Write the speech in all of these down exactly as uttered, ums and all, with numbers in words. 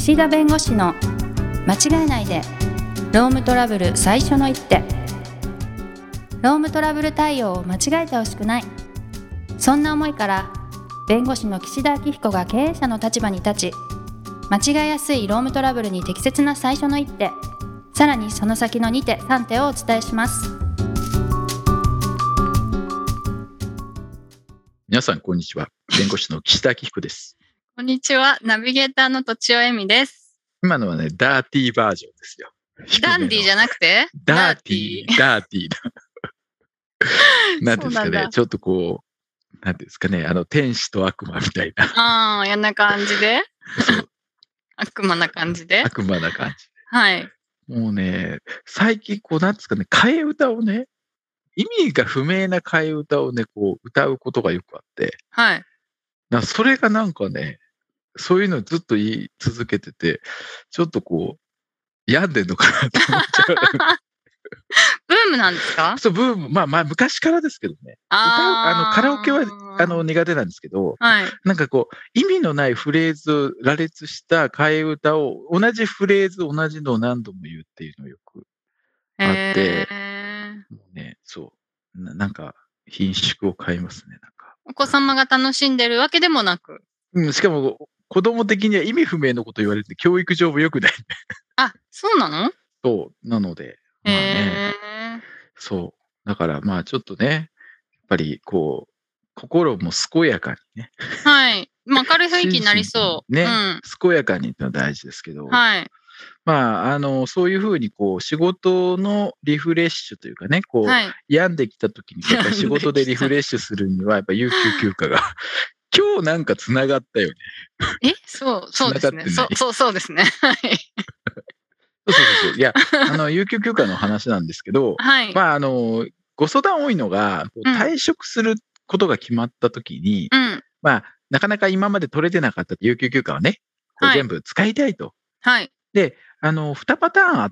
岸田弁護士の間違えないでロームトラブル最初の一手。ロームトラブル対応を間違えてほしくない、そんな思いから弁護士の岸田明彦が経営者の立場に立ち、間違えやすいロームトラブルに適切な最初の一手、さらにその先のに手さん手をお伝えします。 皆さんこんにちは、弁護士の岸田明彦です。 こんにちは、ナビゲーターのとちおえみです。 今のはね、ダーティーバージョンですよ。 ダンディーじゃなくてダーティー、ダーティーなんですかね、ちょっとこう、なんていうんですかね、あの天使と悪魔みたいな。 ああ、やんな感じで悪魔な感じで悪魔な感じで。 はい。 もうね、最近こう、なんですかね、替え歌をね、意味が不明な替え歌をね、こう、歌うことがよくあって。 はい。 だそれがなんかね、そういうのをずっと言い続けてて、ちょっとこう、病んでんのかなって思っちゃう。 ブームなんですか？ そう、ブーム、まあまあ昔からですけどね。歌う、あの、カラオケは、あの、苦手なんですけど、 はい。 なんかこう、意味のないフレーズを羅列した替え歌を、同じフレーズ、同じのを何度も言うっていうのがよくあって、もうね、そう、な、なんか、品種を買いますね、なんか。 お子様が楽しんでるわけでもなく。 うん、しかも、子供的には意味不明のこと言われて、教育上も良くない。 あ、そうなの？ そう、なので、まあね、そう。だからまあちょっとね、やっぱりこう、心も健やかにね。 はい。まあ、明るい雰囲気になりそう。 ね、 うん、 健やかにってのは大事ですけど、 はい。 まあ、あの、そういうふうにこう、仕事のリフレッシュというかね、こう、はい、病んできた時に、やっぱり仕事でリフレッシュするには、やっぱ有給休暇が、今日なんか繋がったよね。 え、そう、そうですね。そう、そう、そうですね。はい。 そうそうそう。いや、あの、有給休暇の話なんですけど、はい、まあ、あの、ご相談多いのが、退職することが決まった時に、うん、まあ、なかなか今まで取れてなかった有給休暇をね、こう全部使いたいと。 はい。 で、あの、にパターンあって、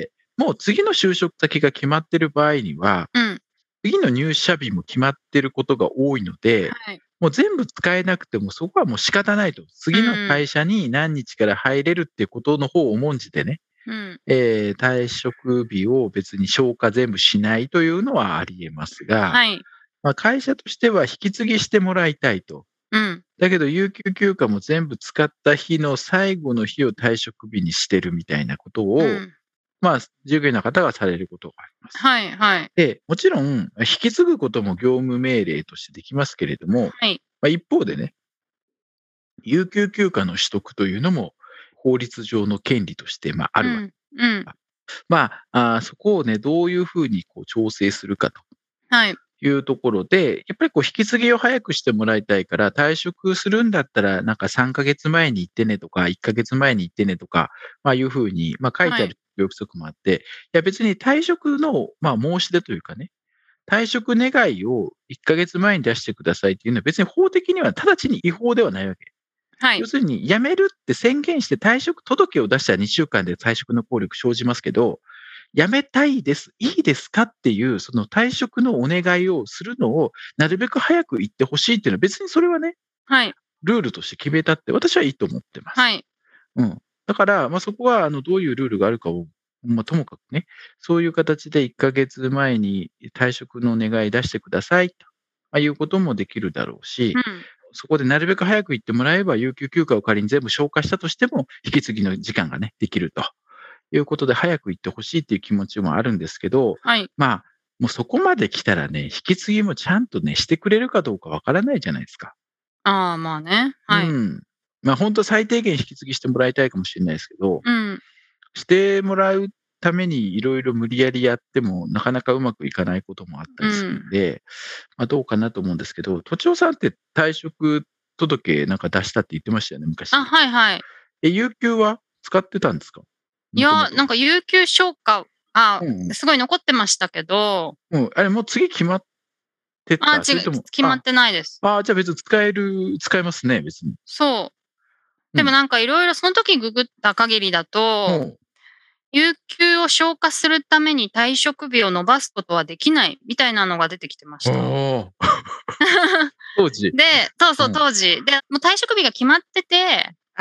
もう次の就職先が決まってる場合には、うん、次の入社日も決まってることが多いので、はい、もう全部使えなくてもそこはもう仕方ないと。次の会社に何日から入れるっていうことの方を重んじてね、うんえー、退職日を別に消化全部しないというのはあり得ますが、はいまあ、会社としては引き継ぎしてもらいたいと。うん、だけど、有給休暇も全部使った日の最後の日を退職日にしてるみたいなことを、うん、まあ、従業員の方がされることがあります。 はい、はい。 で、もちろん、引き継ぐことも業務命令としてできますけれども、はいまあ、一方でね、有給休暇の取得というのも法律上の権利として、まあ、あるわけです。うんうん、まあ、あそこをね、どういうふうにこう調整するかと。はいいうところで、やっぱりこう引き継ぎを早くしてもらいたいから、退職するんだったら、なんかさんかげつまえに行ってねとか、いっかげつまえに行ってねとか、まあいうふうに、まあ書いてある約束もあって、はい、いや別に退職の、まあ申し出というかね、退職願いをいっかげつまえに出してくださいっていうのは別に法的には直ちに違法ではないわけ。はい、要するに辞めるって宣言して退職届を出したらにしゅうかんで退職の効力生じますけど、辞めたいです、いいですかっていう、その退職のお願いをするのを、なるべく早く言ってほしいっていうのは、別にそれはね、はい、ルールとして決めたって、私はいいと思ってます。はいうん、だから、まあ、そこはあのどういうルールがあるかを、まあ、ともかくね、そういう形でいっかげつまえに退職のお願い出してくださいということもできるだろうし、うんそこでなるべく早く言ってもらえば、有給休暇を仮に全部消化したとしても、引き継ぎの時間がね、できると。いうことで早く行ってほしいっていう気持ちもあるんですけど、はい、まあ、もうそこまで来たらね、引き継ぎもちゃんとね、してくれるかどうかわからないじゃないですか。 ああ、まあね。はい。 うん。まあ本当最低限引き継ぎしてもらいたいかもしれないですけど、 うん、 してもらうためにいろいろ無理やりやっても、なかなかうまくいかないこともあったりするんで、うん、まあどうかなと思うんですけど、とちおさんって退職届なんか出したって言ってましたよね、昔。 あ、はいはい。 え、有給は使ってたんですか？ いや、なんか有給消化、あ、うんうん、すごい残ってましたけど。 うん、あれもう次決まってた？ あ、違う、決まってないです。 ああ、じゃあ別に使える、使えますね、別に。 そう。でもなんかいろいろその時ググった限りだと、うん、有給を消化するために退職日を延ばすことはできないみたいなのが出てきてました。 当時。 で、そうそう、当時。うん、で、もう退職日が決まってて、 あ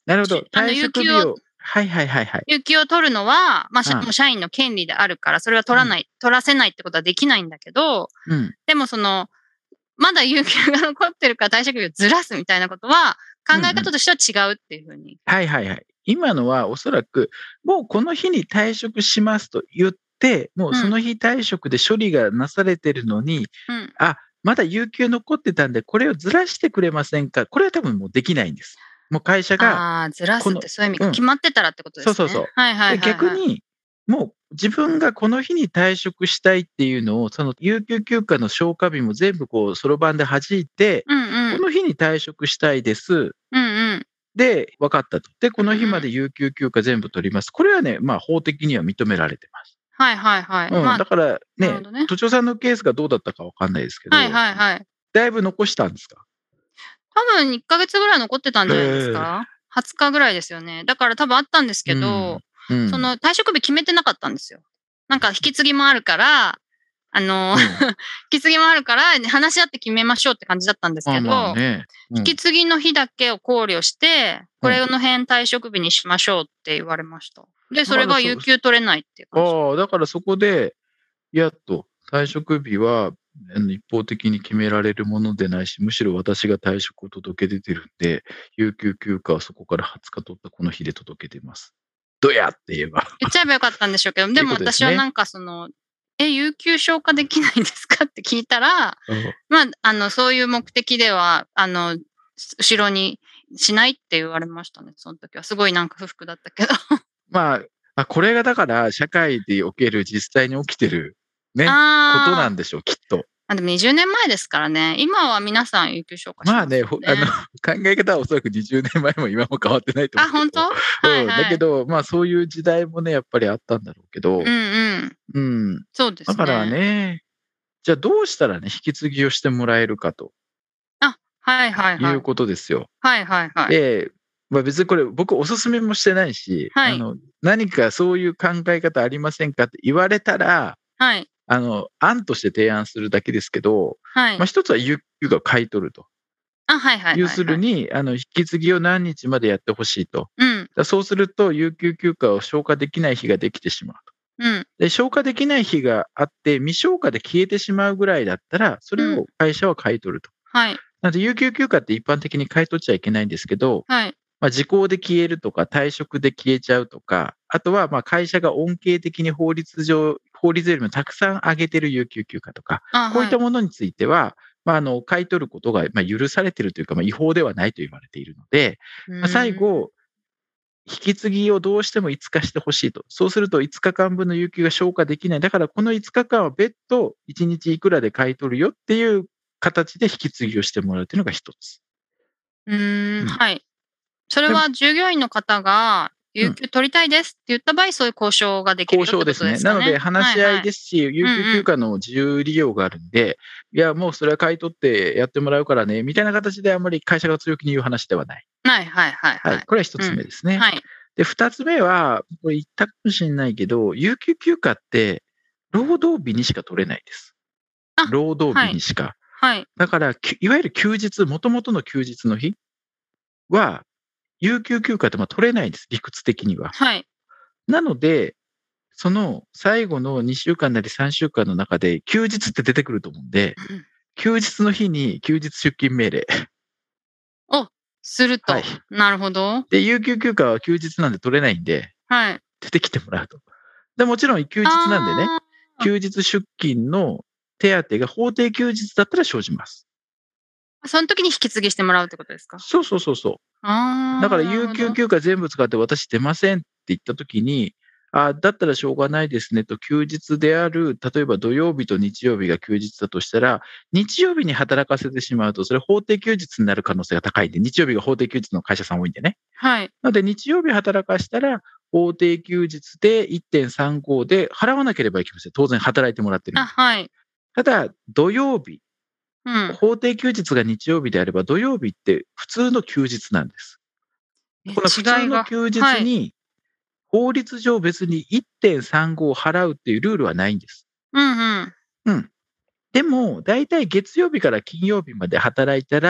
なるほど。 あの退職日を。はいはいはいはい。 有給を取るのは、まあ、社社員の権利であるから、それは取らない、うん、取らせないってことはできないんだけど、 うん、 でもその、まだ有給が残ってるから退職日をずらすみたいなことは、考え方としては違うっていうふうに、 うんうん。はいはいはい。今のはおそらく、もうこの日に退職しますと言って、もうその日退職で処理がなされてるのに、うん、あ、まだ有給残ってたんで、これをずらしてくれませんか。これは多分もうできないんです。もう会社が。 ああ、ずらすってそういう意味が決まってたらってことですね。 そうそうそう。 はいはいはい、はい。 逆に、もう自分がこの日に退職したいっていうのを、その有給休暇の消化日も全部こう、そろばんで弾いて、 うんうん、 この日に退職したいです。 うんうん。 で、分かったと。で、この日まで有給休暇全部取ります。これはね、まあ法的には認められてます。 はいはいはい。 うん、 まあ、 だからね、 ね都庁さんのケースがどうだったか分かんないですけど、 はいはいはい。 だいぶ残したんですか？ 多分いっかげつぐらい残ってたんじゃないですか？はつかぐらいですよね。だから多分あったんですけど、 うんうん、 その退職日決めてなかったんですよ。なんか引き継ぎもあるから、あの、うん、引き継ぎもあるから話し合って決めましょうって感じだったんですけど、まあねうん、引き継ぎの日だけを考慮して、これの辺退職日にしましょうって言われました。で、それが有給取れないっていう感じ。 ああ、だからそこで、やっと退職日は一方的に決められるものでないし、むしろ私が退職を届け出てるんで、有給休暇はそこからはつか取ったこの日で届けてます。どやって言えば。 言っちゃえばよかったんでしょうけど、でも私はなんかその、え、有給消化できないんですかって聞いたら、まあ、あの、そういう目的では、あの、後ろにしないって言われましたね、その時は。すごいなんか不服だったけど。 まあ、これがだから社会でおける実際に起きてるね、ことなんでしょう、きっと。 あでもにじゅうねんまえですからね。今は皆さん有給消化します、ね。 まあね、あの、考え方はおそらくにじゅうねんまえも今も変わってないと思う。 あ、本当？ はいはい、うん。だけど、まあそういう時代もね、やっぱりあったんだろうけど。 うんうん。 うん。 そうですね。 だからね、じゃあどうしたらね、引き継ぎをしてもらえるかと。 あ、はいはいはい。 いうことですよ。 はいはいはい。 で、まあ別にこれ僕おすすめもしてないし、はい、あの、何かそういう考え方ありませんかって言われたら、 はい。 あの、案として提案するだけですけど、 はい。 まあ一つは有給が買い取ると。 あ、はいはいはい、はい。 要するに、あの、引き継ぎを何日までやってほしいと。 うん。 そうすると、有給休暇を消化できない日ができてしまうと。 うん。 で、消化できない日があって、未消化で消えてしまうぐらいだったら、それを会社は買い取ると。 うん、はい。 なので、有給休暇って一般的に買い取っちゃいけないんですけど、 はい。 まあ、時効で消えるとか、退職で消えちゃうとか、あとはまあ会社が恩恵的に法律上、法律よりもたくさん上げてる有給休暇とか、こういったものについては、まあ、あの買い取ることがまあ許されているというか、まあ、違法ではないと言われているので、まあ、最後、引き継ぎをどうしてもいつかしてほしいと。そうするといつかかんぶんの有給が消化できない。だからこのいつかかんは別途いちにちいくらで買い取るよっていう形で引き継ぎをしてもらうというのが一つ。 うーん、うん、はい。それは従業員の方が、有給取りたいですって言った場合、そういう交渉ができるってことですかね。 交渉ですね。なので、話し合いですし、はいはい、有給休暇の自由利用があるんで、うんうん、いや、もうそれは買い取ってやってもらうからね、みたいな形であんまり会社が強気に言う話ではない。 はいはいはい、はい。 はい。これは一つ目ですね。 うん、はい。 で、二つ目は、これ言ったかもしれないけど、有給休暇って、労働日にしか取れないです。労働日にしか。 はい。はい、 だから、いわゆる休日、もともとの休日の日は、有給休暇ってまあ取れないんです、理屈的には。 はい。 なので、その最後のにしゅうかんなりさんしゅうかんの中で、休日って出てくると思うんで、うん、休日の日に休日出勤命令。 お、すると。はい、なるほど。 で、有給休暇は休日なんで取れないんで、 はい。 出てきてもらうと。でもちろん休日なんでね、休日出勤の手当が法定休日だったら生じます。 その時に引き継ぎしてもらうってことですか？ そうそうそうそう。 あだから有給休暇全部使って私出ませんって言った時に、あだったらしょうがないですねと、休日である、例えば土曜日と日曜日が休日だとしたら、日曜日に働かせてしまうと、それ法定休日になる可能性が高いんで、日曜日が法定休日の会社さん多いんでね。 はい。 なので日曜日働かしたら、法定休日で いってんさんご で払わなければいけません。当然働いてもらってるんで。 あ、はい。 ただ、土曜日、 うん、 法定休日が日曜日であれば、土曜日って普通の休日なんです。この普通の休日に、法律上別に いってんさんご を払うっていうルールはないんです。 うんうん。 うん。でも、だいたい月曜日から金曜日まで働いたら、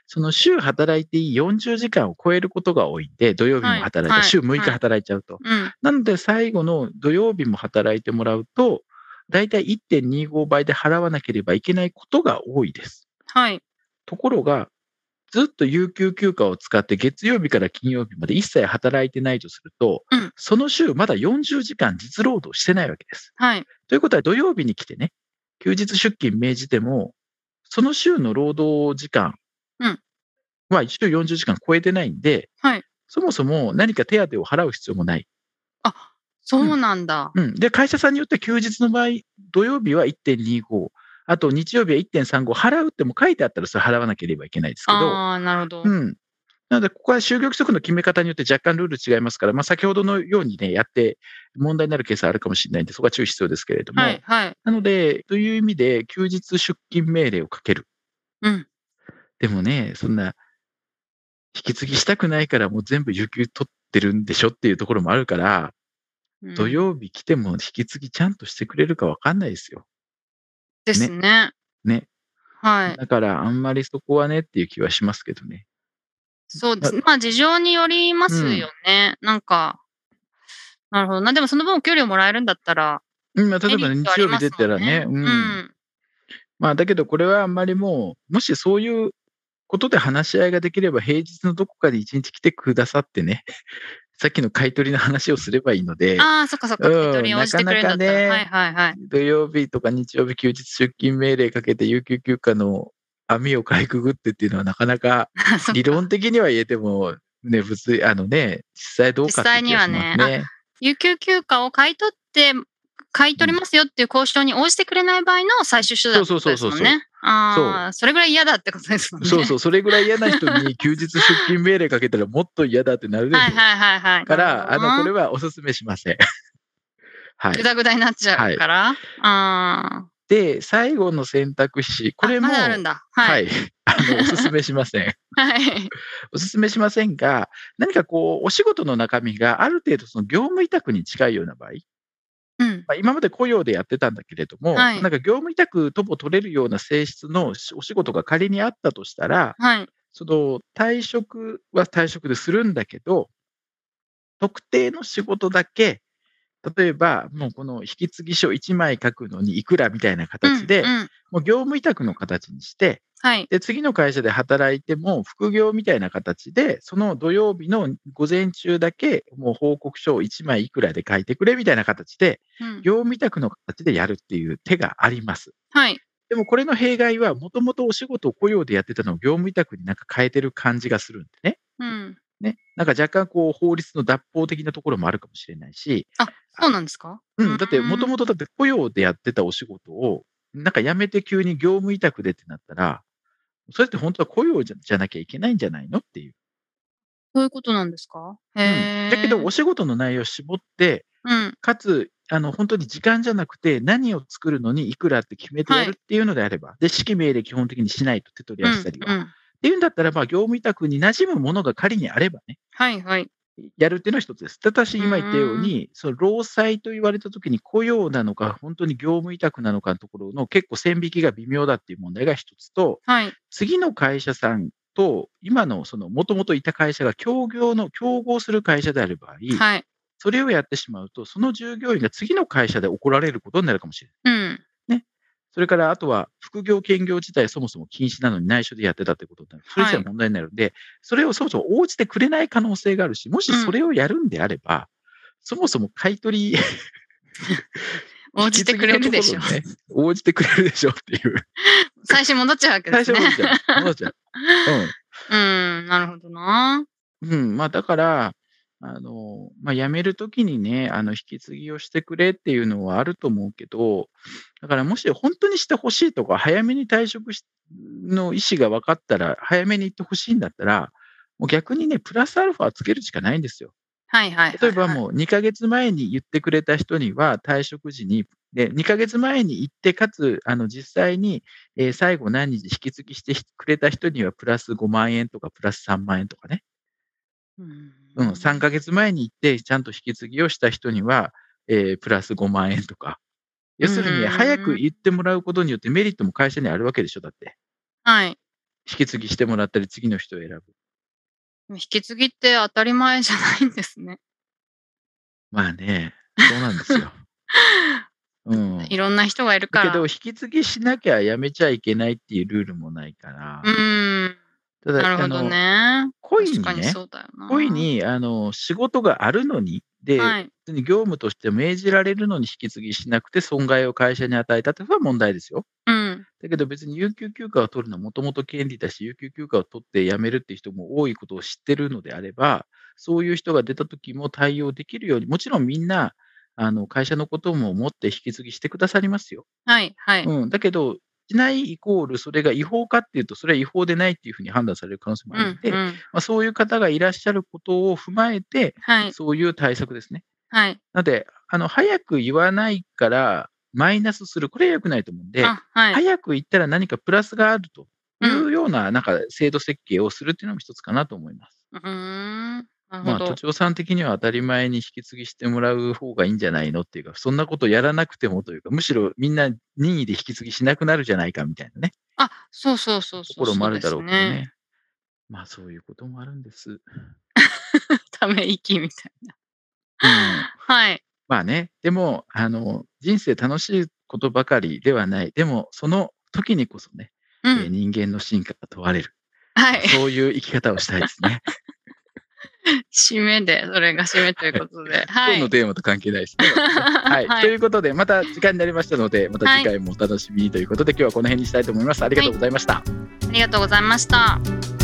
その週働いていいよんじゅうじかんを超えることが多いんで、土曜日も働いて、 はい週むいかはい働いちゃうと。 うん。 なので、最後の土曜日も働いてもらうと、だいたいいってんにごばいで払わなければいけないことが多いです。 はい。 ところが、ずっと有給休暇を使って月曜日から金曜日まで一切働いてないとすると、 うんその週まだよんじゅうじかん実労働してないわけです。 はい。 ということは土曜日に来てね、休日出勤命じても、その週の労働時間うんは週よんじゅうじかん超えてないんで、 はい。 そもそも何か手当を払う必要もない。 あ、そうなんだ。 うん、で、会社さんによっては休日の場合、土曜日は いってんにご、あと日曜日は いってんさんご、払うっても書いてあったらそれ払わなければいけないですけど、 ああ、なるほど。 うん。なので、ここは就業規則の決め方によって若干ルール違いますから、まあ、先ほどのようにね、やって問題になるケースはあるかもしれないんで、そこは注意必要ですけれども、 はい、はい。 なので、という意味で、休日出勤命令をかける。 うん。 でもね、そんな、引き継ぎしたくないからもう全部有給取ってるんでしょっていうところもあるから、 うん土曜日来ても引き継ぎちゃんとしてくれるかわかんないですよ。 ですね。 ね。 はい。 だから、あんまりそこはねっていう気はしますけどね。 そうですね。まあ、事情によりますよね。なんか、なるほどな。でもその分お給料もらえるんだったら、 うん、まあ、例えばね、 メリットあ日曜日出りますもんてたらね、 ね。 う。 うんん。 まあ、だけどこれはあんまりもう、もしそういうことで話し合いができれば、平日のどこかに一日来てくださってね、さっきの買い取りの話をすればいいので、 ああ、そっかそっか。買い取りに応じてくれるんだったら。 うんなかなかねはいはいはい。 土曜日とか日曜日休日出勤命令かけて有給休暇の網をかいくぐってっていうのはなかなかそっか理論的には言えても、ね、物理、あのね、実際どうかっていう気がします実際にね。 有給休暇を買い取って、買い取りますよっていう交渉に応じてくれない場合の最終手段ってことですもんそうそうそうそうね。ああ、それぐらい嫌だってことですもんね。 そうそう、それぐらい嫌な人に休日出勤命令かけたらもっと嫌だってなるでしょはいはいはいはい。 から、あの、これは、 はお勧めしません。はいぐ。だぐだになっちゃうから。あで、最後の選択肢、こあ。 れも、 あまだあるんだ。 ははい。 い。あの、お勧めしません。 はい。 お勧めしませんが、何かこう、お仕事の中身がある程度その業務委託に近いような場合、 うん。 まあ、今まで雇用でやってたんだけれども、 はいなんか業務委託とも取れるような性質のお仕事が仮にあったとしたら、 はい。 その退職は退職でするんだけど、特定の仕事だけ、例えば、もうこの引き継ぎ書いちまい書くのにいくらみたいな形で、 うんうんもう業務委託の形にして、 はい。 で、次の会社で働いても、副業みたいな形で、その土曜日の午前中だけ、もう報告書をいちまいいくらで書いてくれみたいな形で、 うん業務委託の形でやるっていう手があります。 はい。 でもこれの弊害は、もともとお仕事を雇用でやってたのを業務委託になんか変えてる感じがするんでね。 うん。 ね。なんか若干こう法律の脱法的なところもあるかもしれないし、 あ、そうなんですか？ うん、だってもともと。 とだって雇用でやってたお仕事を、なんか辞めて急に業務委託でってなったら、それって本当は雇用じゃじゃなきゃいけないんじゃないのっていう。 そういうことなんですか？ うん。 へえ。 だけどお仕事の内容を絞って、 うん。 かつ、あの、本当に時間じゃなくて、何を作るのにいくらって決めてやるっていうのであれば、で、指揮命令基本的にしないと手取りうん足したりは。っうん。 ていうんだったらば、業務委託に馴染むものが仮にあればね、 はいはい。 やるっていうのは一つです。ただし、今言ったように、その労災と言われたときに雇用なのか、本当に業務委託なのかのところの結構線引きが微妙だっていう問題が一つと、 はい。 次の会社さんと、今のその元々いた会社が協業の、競合する会社である場合、 はい。 それをやってしまうと、その従業員が次の会社で怒られることになるかもしれない。 うん。 ね。それからあとは、副業、兼業自体そもそも禁止なのに内緒でやってたってことになる。それ自体問題になるんで、それをそもそも応じてくれない可能性があるし、もしそれをやるんであれば、そもそも買い取り、 応じてくれるでしょ。 引き継ぎのところね、応じてくれるでしょっていう。 最初戻っちゃうわけです最ね。 初戻っちゃう。戻っちゃう。うん。 うん、なるほどな。 うん、まあ、だから、あの、まあ、辞めるときにね、あの、引き継ぎをしてくれっていうのはあると思うけど、だからもし本当にしてほしいとか、早めに退職しの意思が分かったら、早めに行ってほしいんだったら、もう逆にね、プラスアルファつけるしかないんですよ。 はいはいはいはい。 例えばもうにかげつまえに言ってくれた人には、退職時に、で、にかげつまえに行って、かつ、あの、実際に、えー最後何日引き継ぎしてくれた人には、プラスごまんえんとか、プラスさんまんえんとかね。 うんうん、さんかげつまえに行って、ちゃんと引き継ぎをした人には、えープラスごまんえんとか。要するに、 うん早く言ってもらうことによってメリットも会社にあるわけでしょ、だって。 はい。 引き継ぎしてもらったり次の人を選ぶ。 引き継ぎって当たり前じゃないんですね。 まあね、そうなんですよ。うん、 いろんな人がいるから。 だけど、引き継ぎしなきゃやめちゃいけないっていうルールもないから。 うーん。ただ、なるほどね。 故意にね、故意にあの仕事があるのに、で、はい、業務として命じられるのに引き継ぎしなくて損害を会社に与えたというのは問題ですよ。 うん、 だけど別に有給休暇を取るのはもともと権利だし、有給休暇を取って辞めるっていう人も多いことを知ってるのであれば、そういう人が出た時も対応できるように、もちろんみんな、あの会社のことも思って引き継ぎしてくださりますよ。 はいはい。 うん、だけど、しないイコール、それが違法かっていうと、それは違法でないっていうふうに判断される可能性もあるので、うんうん、まあ、そういう方がいらっしゃることを踏まえて、はい、そういう対策ですね。 はい、 なので、あの早く言わないからマイナスする、これは良くないと思うんで、はい、早く言ったら何かプラスがあるというような、なんか制度設計をするっていうのも一つかなと思います。 うーんまあ、都庁さん的には当たり前に引き継ぎしてもらう方がいいんじゃないのっていうか、そんなことやらなくてもというか、むしろみんな任意で引き継ぎしなくなるじゃないかみたいなね。 あ、そうそうそうそう。 ところもあるだろうけどね。ねまあ、そういうこともあるんです。 ため息みたいな。 うん、 はい。 まあね、でも、あの、人生楽しいことばかりではない。でも、その時にこそね、うん、えー、人間の進化が問われる。 はい。 そういう生き方をしたいですね。 締めで、それが締めということで。 はい。今日のテーマと関係ないですね。はい。はい、ということで、また時間になりましたので、また次回もお楽しみにということで、はい、今日はこの辺にしたいと思います。ありがとうございました。はい、 ありがとうございました。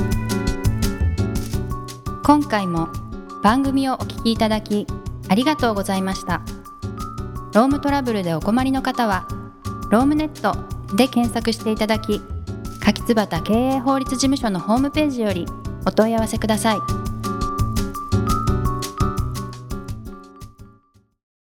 今回も番組をお聞きいただき、ありがとうございました。ロームトラブルでお困りの方は、ロームネットで検索していただき、柿椿経営法律事務所のホームページよりお問い合わせください。